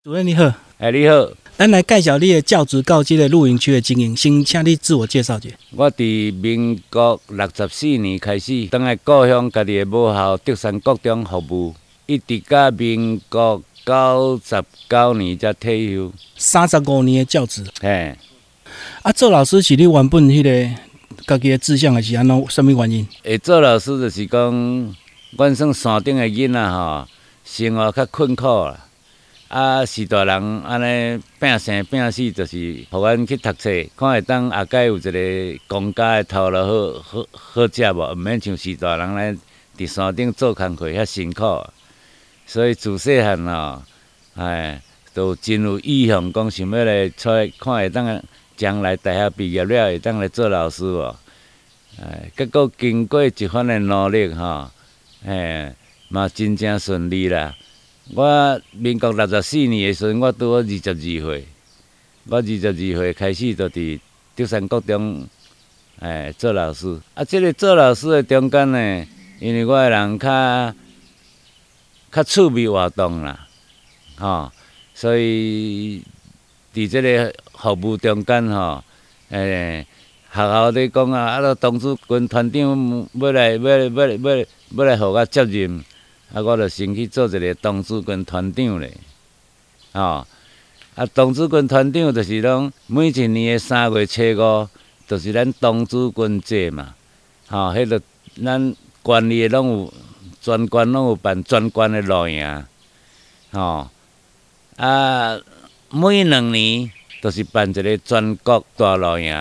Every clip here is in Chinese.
主任你好， 你好， 咱来介绍你的教职高级的露营区的经营，先请你自我介绍一下。 我伫民国64年开始，返来故乡家己的母校德山国中服务，一直到民国99年才退休。 35年的教职， 嘿， 做老师是你原本迄个家己的志向，还是安怎？什么原因？ 会做老师就是讲，阮算山顶的囡仔吼，生活较困苦啦。是大人安尼拼生拼死，就是互阮去读册，看会当后盖有一个公家的头路好食无，毋免像是大人来伫山顶做工课遐辛苦。所以自细汉吼，都真有意向，讲想要来出来看会当将来大学毕业了会当来做老师无。结果经过一番的努力吼，嘛真正顺利啦。我民国64年的时阵，我拄好22岁。我22岁开始就伫德山国中做老师。这个做老师的中间呢，因为我的人较趣味活动啦，所以伫这个服务中间学校咧讲董主任团长要来互我接任。我就先去做一个董主任团长咧，董主任团长就是讲每一年的3月初5，就是咱董主任节嘛，迄个咱县里的拢有全县拢有办全县的露营，每2年就是办一个全国大露营，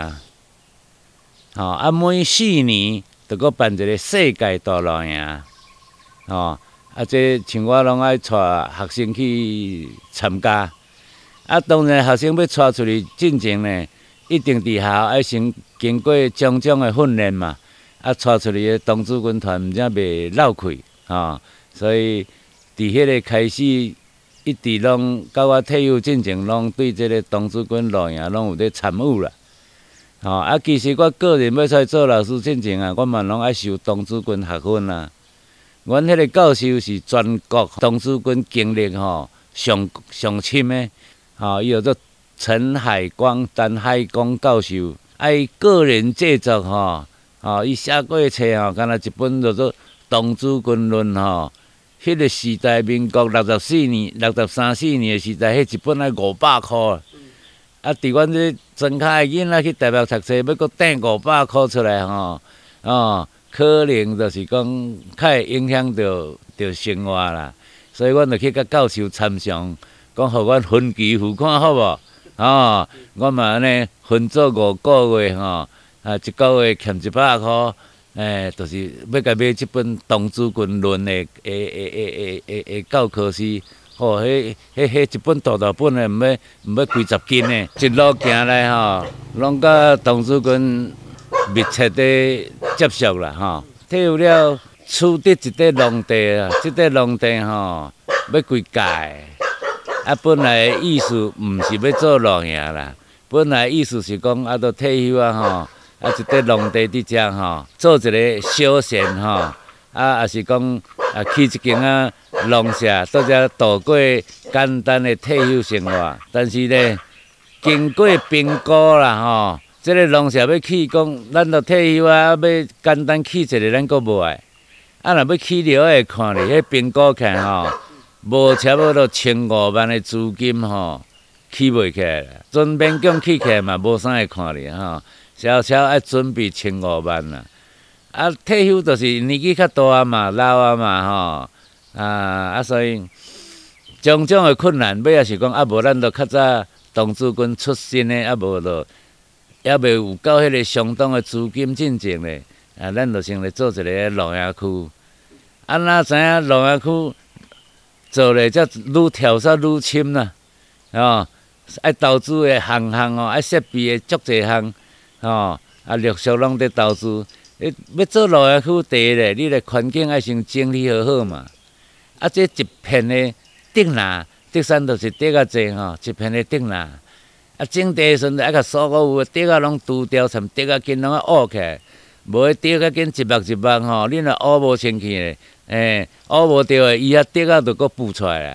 每4年就搁办一个世界大露营，这像我拢爱带学生去参加。当然学生要带出去进前呢，一定伫校爱先经过种种的训练嘛。带出去的董主任团，毋则袂落气所以伫迄个开始，一直拢到我退休进前，拢对这个董主任露营拢有咧参与啦。其实我个人要出来做老师进前我嘛拢爱受董主任学分啦。阮迄个教授是全国董主任经历上深的，伊叫做陈海光教授。伊个人制作伊写过册敢若一本叫做《董主任论》迄个时代民国63年、63、4年的时代，迄一本500块。伫阮这庄脚的囡仔去台北读册，要搁订500块出来可能就是讲较会影响到生活啦，所以阮就去甲教授参详，讲互阮分期付款好无？我嘛安尼分做5个月一个月欠100块，就是要甲买这本《董主任论》的教科书。迄一本大本的，毋要几十斤的，一路行来拢甲董主任密切地接触啦退休了，取得一块农地啊，这块农地要归家的。本来的意思毋是要做露营啦，本来的意思是讲都退休一块农地伫遮做一个小县也是讲起一间农舍，在遮度过简单的退休生活。但是呢，经过评估啦这个农舍要起，讲咱都退休要简单起一个，咱阁无爱。若要起了会看咧，迄评估起无差不多1500万的资金起袂起来啦。准勉强起起来嘛，无啥会看咧少爱准备1500万啦。退休就是年纪较大嘛，老嘛所以种种的困难，尾也是讲无咱就较早董主任出身的，无就还袂有够迄个相当的资金进前咧，咱就先来做一个露营区。哪知影露营区做咧，则愈跳蚤愈深啦，爱投资的项爱设备的足侪项，陆续拢伫投资。要做露营区，第一咧，你的环境爱先整理好嘛。这一片的竹林，竹山就是竹仔济一片的竹林。整地的时阵爱甲所有的竹仔拢除掉，参竹仔根拢乌起来，无迄竹仔根一目一目你若乌无清气咧，乌无着的，伊遐竹仔就搁浮出来啦。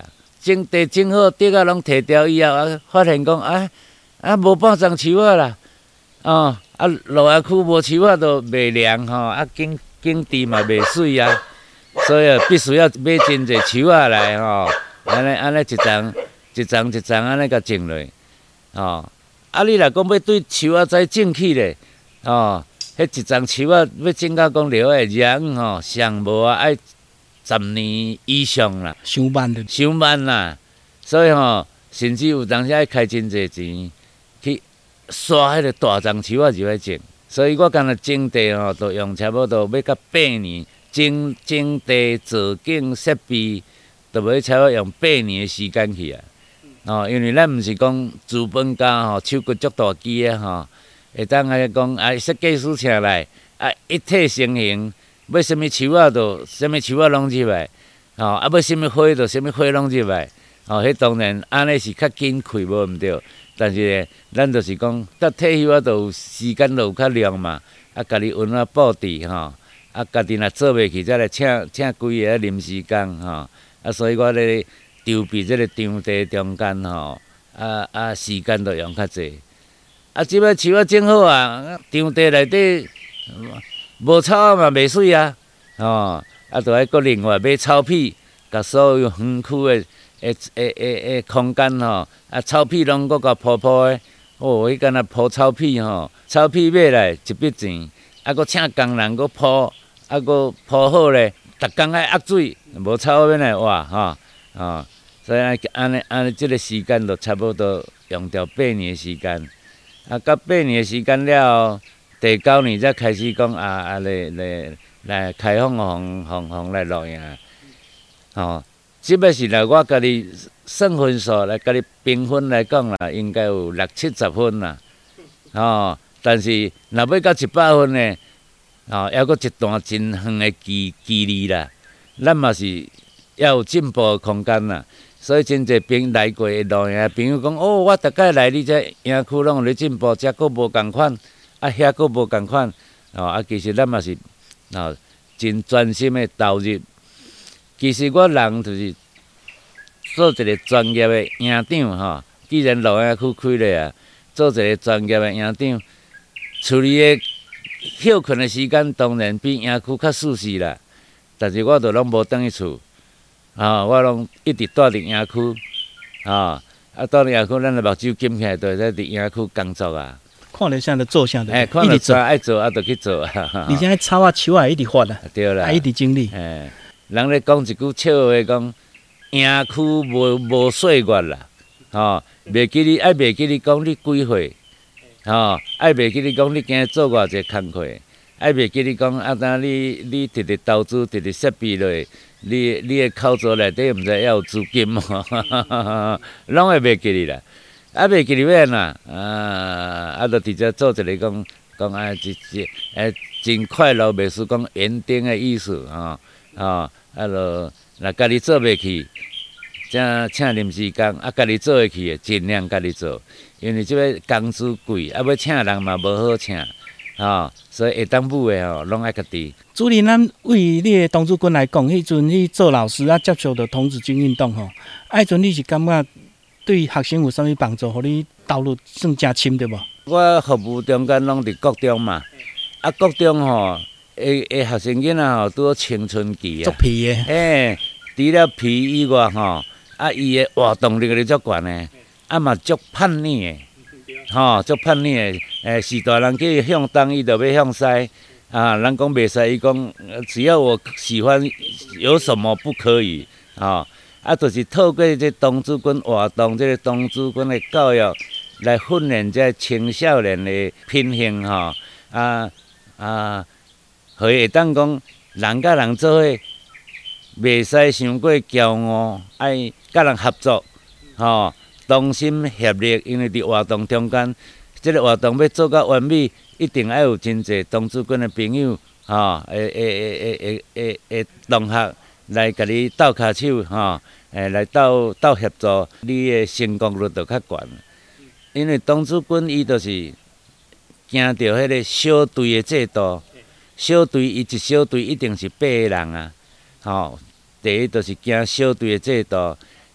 地种好，竹仔拢摕掉以后，发现讲无半丛树仔啦，落下区无树仔都袂凉吼，景致嘛袂水啊，所以必须要买真侪树仔来吼，安尼一丛安尼甲种落，你若讲要对树仔栽种起咧，迄一丛树仔要种到讲了会热吼，上无爱10年以上啦， 伤慢的， 伤慢啦，所以甚至有当时爱开真侪钱去刷迄个大丛树仔入来种，所以我干那种地都用差不多要到8年，种地造景设备，都要差不多用8年的时间去啊，因为咱毋是讲资本家手骨足大机会当讲设计师请来一体成型。要什么树仔就什么树仔拢入来，要什么花就什么花拢入来，迄当然安尼是较紧开无毋对，但是咧，咱就是讲，退休就有时间就有较量嘛，家己温布置家己若做袂起，再来请几个临时工所以我咧筹备这个场地中间时间就用较济，即摆树仔种好场地内底。无草嘛袂水就爱搁另外买草皮，甲所有园区的空间草皮拢搁甲铺的，迄敢若铺草皮草皮买来一笔钱，搁请工人搁铺，搁铺好咧，逐工爱压水，无草要来活所以安尼，即个时间就差不多用掉8年的时间，到8年的时间了后。第9年才开始讲来开放互来录影，即摆是来我家己算分数来家己评分来讲啦，应该有60-70分啦，但是若要到100分呢，还阁一段真远的距离啦，咱嘛是要有进步的空间啦，所以真侪来过的录影朋友讲，我逐摆来你这营区拢有咧进步，遮阁无共款。遐佫无共款，其实咱嘛是，真专心的投入。其实我人就是做一个专业的营长既然录影区开咧做一个专业的营长，处理的休困的时间当然比营区较舒适啦。但是我都拢无转去厝，我拢一直住伫营区，住伫营区，咱的目睭金起来，就在伫营区工作看到啥就做啥， 看到啥爱做就去做而且草树也一直发对啦， 一直整理。 人咧讲一句笑话，讲营区无岁月啦，袂记你讲你几岁，爱袂记你讲你今日做偌济工课，爱袂记你讲当你直投资直设备落，你的口座内底毋知要有资金拢会袂记你啦。袂记你要安就直接做一个讲真快乐，袂输讲园丁的意思就若家己做袂起，请临时工，家己做会起的，尽量家己做，因为即个工资贵，要请人嘛无好请，所以会当舞的拢爱家己。 主任，咱为你的童子军来讲，迄阵你做老师接触到童子军运动迄阵你是感觉？对学生有啥物帮助？互你投入算真深对无？ 我服务中间拢伫国中嘛，国中的学生囡仔拄好青春期足皮的，除了皮以外伊的活动力足悬的，嘛足叛逆的，足叛逆的，是大人叫伊向东，伊就要向西，人讲袂使，伊讲只要我喜欢，有什么不可以就是透过这童子军活动，这个童子军的教育来训练这青少年的品性互伊会当讲人甲人做伙，袂使伤过骄傲，爱甲人合作，同心协力。因为伫活动中间，这个活动要做到完美，一定要有真侪童子军的朋友，会同学来甲你斗骹手，来斗协助，你的成功率就较悬。因为童子军伊就是行着迄个小队的制度，小队伊一小队一定是8个人第一就是行小队的制度，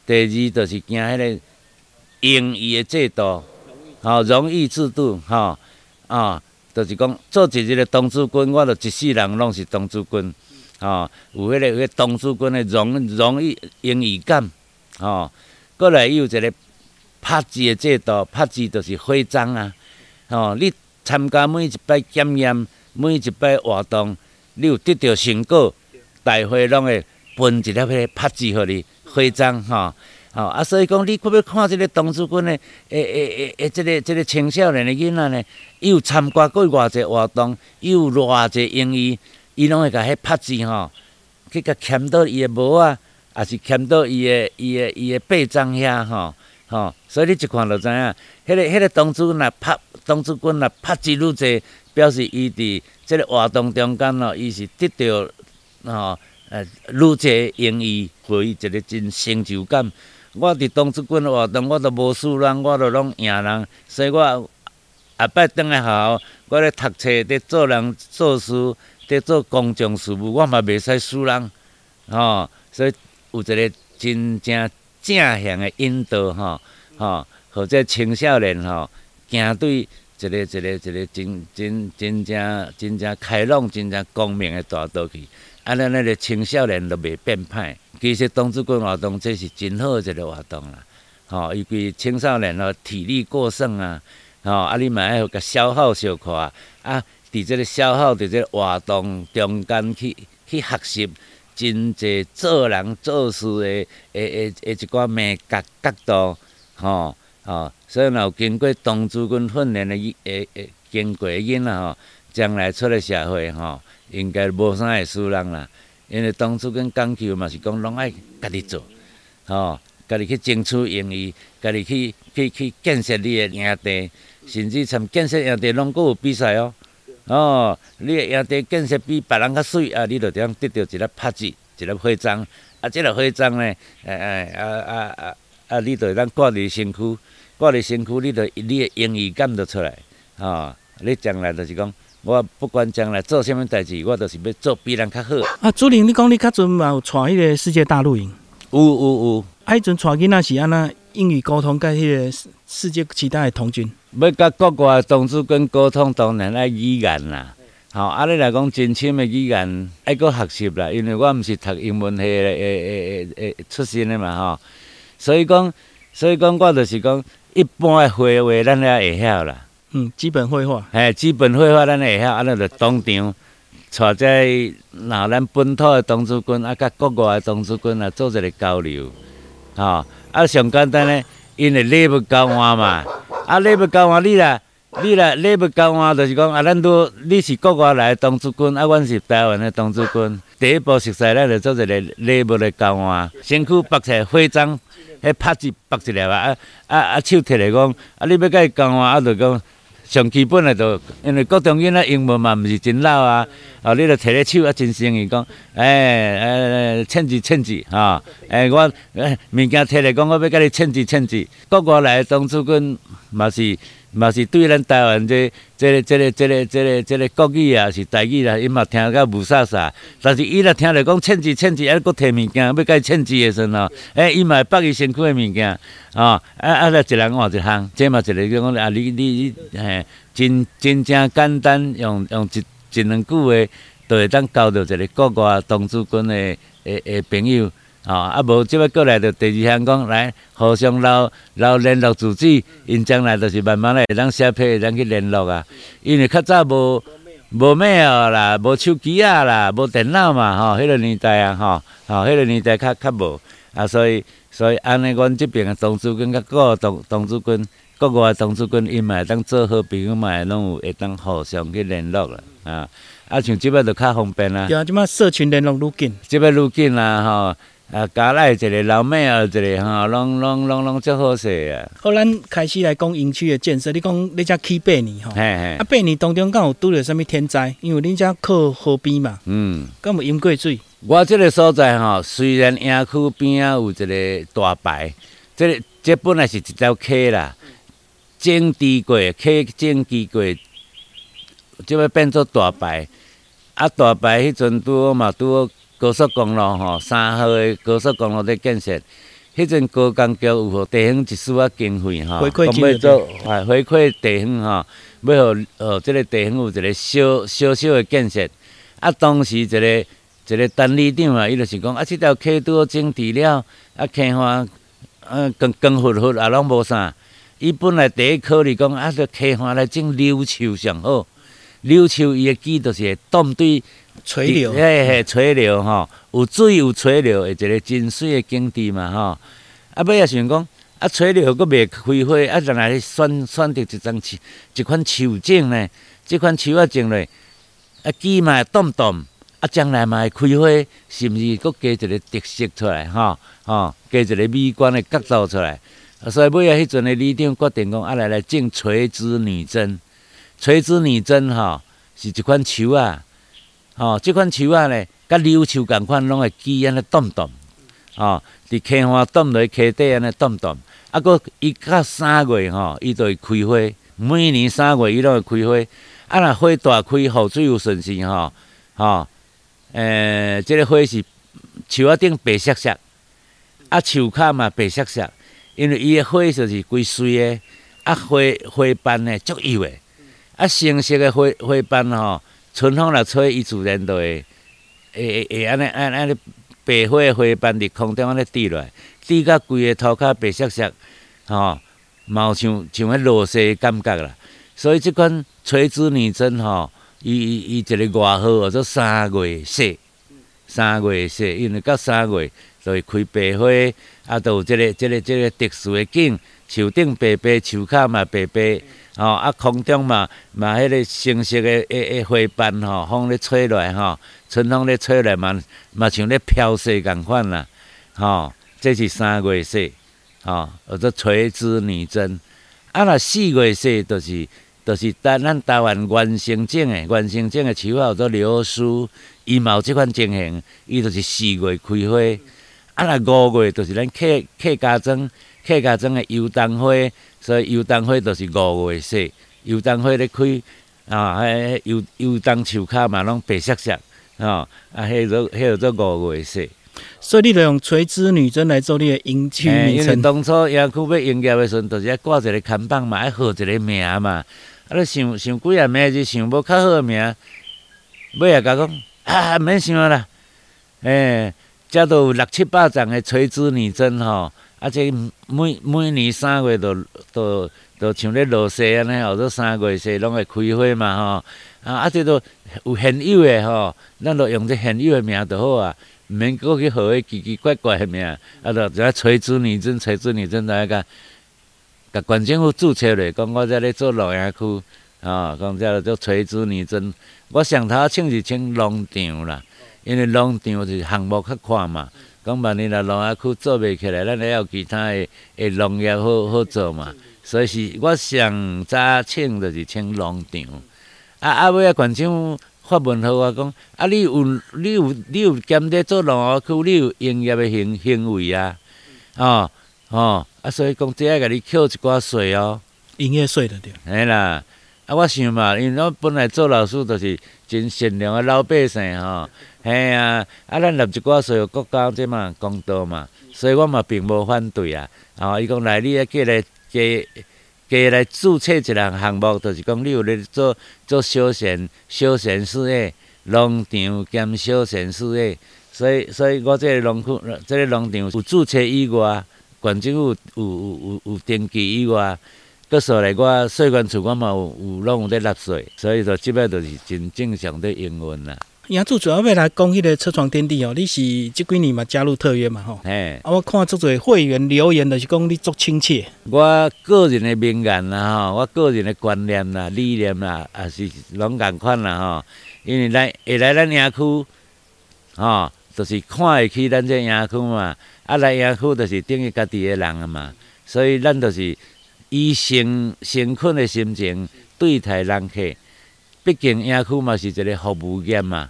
第二就是惊迄个英语的制度，荣誉制度，就是讲做一个童子军，我著一世人拢是童子军，有迄个童子军的荣誉英语感，过来有一个拍字的制度，拍字就是徽章啊，你参加每一摆检验，每一摆活动，你有得到成果，大会拢会分一粒迄个拍字互你徽章，所以讲你搁要看即个童子军的即个青少年的囡仔呢，伊有参加过偌济活动，伊有偌济英语，伊拢会甲迄拍字去甲签到伊的帽啊，也是签到伊的臂章遐所以你一看就知影，迄个童子军若拍字愈济，表示伊伫即个活动中间伊是得到愈济英语，互伊一个真成就感。我伫童子军活动，我都无输人，我都拢赢人，所以我下摆转来学校，我咧读册，咧做人做事，咧做公众事务，我嘛袂使输人，所以有一个真正正向的引导，或者青少年行对一个真正开朗、真正光明的大道去。咱那个青少年就袂变歹。其实童子军活动这是真好一个活动啦，尤其青少年体力过剩啊，你嘛要甲消耗小可伫即个消耗伫即个活动中间去学习真济做人做事的一寡美角度，所以若有经过童子军训练的经过的囡仔将来出来社会应该无啥会输人啦。因为童子军讲求嘛是讲拢爱家己做，家己去争取英语，家己去建设你的营地，甚至参建设营地拢阁有比赛你的营地建设比别人较水你就点得到一粒拍子，一粒徽章。这个徽章呢，你就当挂伫身躯，挂伫身躯，你的英语感就出来，你将来就是讲。我不管将来做啥物代志，我就是要做比人较好。 主任，你讲你较阵嘛有带迄个世界大陆营？ 有。 迄阵带囡仔是安那英语沟通，甲迄个世界其他的童军？ 要甲国外的童子军沟通，当然爱语言啦。你来讲真深的语言，爱阁学习啦。因为我毋是读英文系的出身的嘛所以讲我就是讲一般的绘画，咱也会晓啦。 基本绘画。 基本绘画咱会晓，就当场带这咱本土的童子军甲国外的童子军做一个交流，上简单呢，因为礼物交换嘛，礼物交换你啦礼物交换就是讲咱你是国外来的童子军，阮是台湾的童子军，第一步熟悉咱就做一个礼物的交换，身躯绑起来徽章，迄拍子绑一粒手摕来讲，你要甲伊交换就讲。上基本的就，因为国中囡仔英文嘛毋是真老你就摕咧手真诚意讲，称字，我物件摕来讲，我要甲你称字。国外来的童子军嘛是对咱台湾这个国语是台语啦，伊嘛听甲无啥，但是伊若听着讲称字，搁摕物件要甲伊称字的时阵伊嘛会绑伊身躯的物件，一人换一项，这嘛一个讲你真正简单，用一两句话，就会当交到一个国外童子军的朋友。无即摆过来就第二项讲来，互相留联络住址，因将来就是慢慢会当写批，会当去联络因为较早无 mail 啦，无手机啦，无电脑嘛迄个年代迄个年代较无所以安尼，阮这边的童子军甲国外童子军，国外的童子军，因嘛会当做好朋友嘛，拢有会当互相去联络啦像即摆就较方便啦。 对啊，即摆社群联络愈紧。 即摆愈紧啦加来一个老妹一个拢足好势好，咱开始来讲营区的建设。你讲你遮起8年8年当中敢有拄着啥物天灾？因为恁遮靠河边嘛，敢有淹过水？ 我即个所在虽然营区边有一个大排，这本来是一条溪啦，整治过，溪整治过，即要变做大排。大排迄阵拄好高速公路3号的高速公路在建设， 迄阵高工局有互地方一丝仔经费吼， 回馈金要做回馈地方吼，要互即个地方有一个小小的建设。啊，当时一个陈里长啊，伊就是讲啊，即条溪拄好整治了，啊，溪岸光狒狒也拢无啥。伊本来第一考虑讲啊，着溪岸来种柳树上好。柳树伊的基就是会挡对垂柳， 垂柳吼，有水有垂柳，会一个真水的景致嘛吼。啊，尾也想讲啊，垂柳佫未开花，啊，怎来选择一款树种呢？即款树啊种落，啊基嘛会挡，啊将来嘛会开花，是毋是佫加一个特色出来吼？加一个美观的角度出来。所以尾啊，迄阵的里长决定讲啊，来种垂枝女贞。垂枝女贞吼，是一款树啊，即款树啊咧，甲柳树共款，拢会基安尼挡，伫溪岸挡落去溪底安尼挡，啊，佫伊到3月吼，伊就会开花，每年3月伊拢会开花，啊，若花大开，雨水有顺时吼，即个花是树仔顶白色色，啊，树骹嘛白色色，因为伊的花就是规水的，啊，花瓣呢足幼的。啊，成熟的花瓣吼，春风来吹，伊自然就会安尼白花的花瓣伫空中安尼滴落来，滴到规个涂骹白色色，嘛有像迄落雪的感觉啦。所以即款垂枝女贞吼，伊一个外号叫做3月雪，3月雪，因为到3月就会开白花，啊，就有即个特殊的景，树顶白白，树骹嘛白白。啊，空中嘛，迄个成熟的花瓣吼，风咧吹来吼，春风咧吹来嘛像咧飘雪共款啦，这是3月雪，叫做垂枝女贞。啊，若4月雪，就是咱台湾原生种的树啊，叫做柳树，伊嘛有即款情形，伊就是4月开花。啊，若5月就是咱客家庄的油桐花。所以油桐花就是5月雪，油桐花咧开油桐树骹嘛拢白色色，迄叫做5月雪。 所以你就用垂枝女贞来做你的营区名称。 因为当初野区要营业的时阵，就是要挂一个看板嘛，要号一个名嘛。啊，你想几啊名就想无较好的名，尾也甲讲啊，免想啦，遮都有6、7、8丛的垂枝女贞吼。啊，这每年3月都像咧落雪安尼，或者3月雪拢会开花嘛吼。这都有现有的吼，咱就用这现有的名就好啊，毋免搁去号迄奇奇怪怪的名。就垂枝女贞，就爱甲县政府注册落，讲我遮咧做洛阳区，讲遮做垂枝女贞。我上头请是请农场啦，因为农场就是项目较宽嘛。讲万一若农业区做袂起来，咱还有其他的农业好做嘛。所以是我上早请就是请农场。尾县政府发问互我讲，你有兼咧做农业区，你有营业的行为啊？所以讲这要甲你扣一寡税哦。 营业税的对。 嘿啦，我想嘛，因为我本来做老师就是真善良的老百姓吼。嘿啊，咱纳一寡税，国家这嘛公道嘛，所以我嘛并无反对啊。伊讲来，你加来注册一项目，就是讲你有咧做小善事业，农场兼小善事业。所以我这个农场有注册以外，县政府有登记以外，搁说来我税管处我嘛拢有咧纳税，所以说即摆就是真正常在营运啦。 杨主要来讲迄个车床天地哦，你是这几年嘛加入特约嘛吼？我看足侪会员留言，就是讲你足亲切。 我个人的名言啦吼，我个人的观念啦、理念啦，也是拢共款啦吼。因为会来咱营区，就是看会起咱这营区嘛。来营区就是等于家己的人啊嘛，所以咱就是以诚恳的心情对待人客。毕竟营区嘛是一个服务业嘛，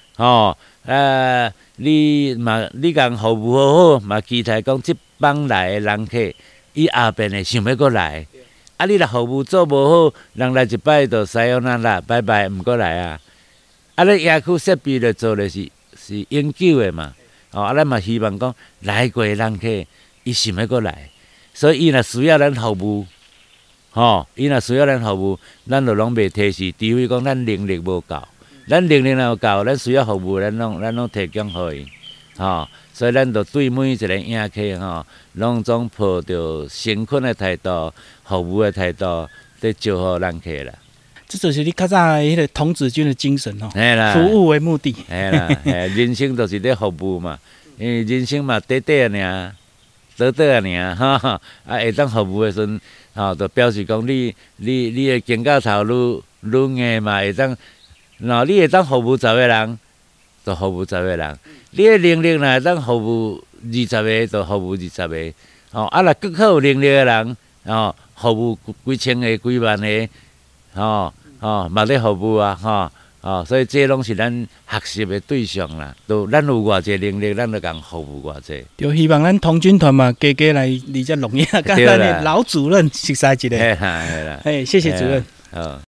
你共服务好好，嘛期待讲即帮来的人客，伊后边会想要搁来。你若服务做无好，人来一摆就使用啦，拜拜，毋过来啊。你营区设备咧做咧是永久的嘛，咱嘛希望讲来过的人客伊想要过来，所以伊若需要咱服务，伊若需要咱服务，咱就拢袂提示，除非讲咱能力无够，咱能力若有够，咱需要服务，咱拢提供互伊，所以咱就对每一个影客拢总抱着诚恳的态度、服务的态度，在招呼咱客啦。 这就是你较早的迄个童子军的精神吼， 嘿啦， 服务为目的。 嘿啦，人生就是咧服务嘛，因为人生嘛短短尔，短短尔，会当服务的时阵，就表示讲你的经到头愈硬嘛，会当，你会当服务10个人，就服务10个人，你的能力若会当服务20个，就服务20个，若更较有能力的人，服务几千个、几万个，嘛咧服务啊，所以这拢是咱学习的对象啦。都咱有偌济能力，咱就共服务偌济。 就希望咱童军团嘛，加来这录影，甲咱的老主任熟悉一下。 嘿啦， 谢谢主任。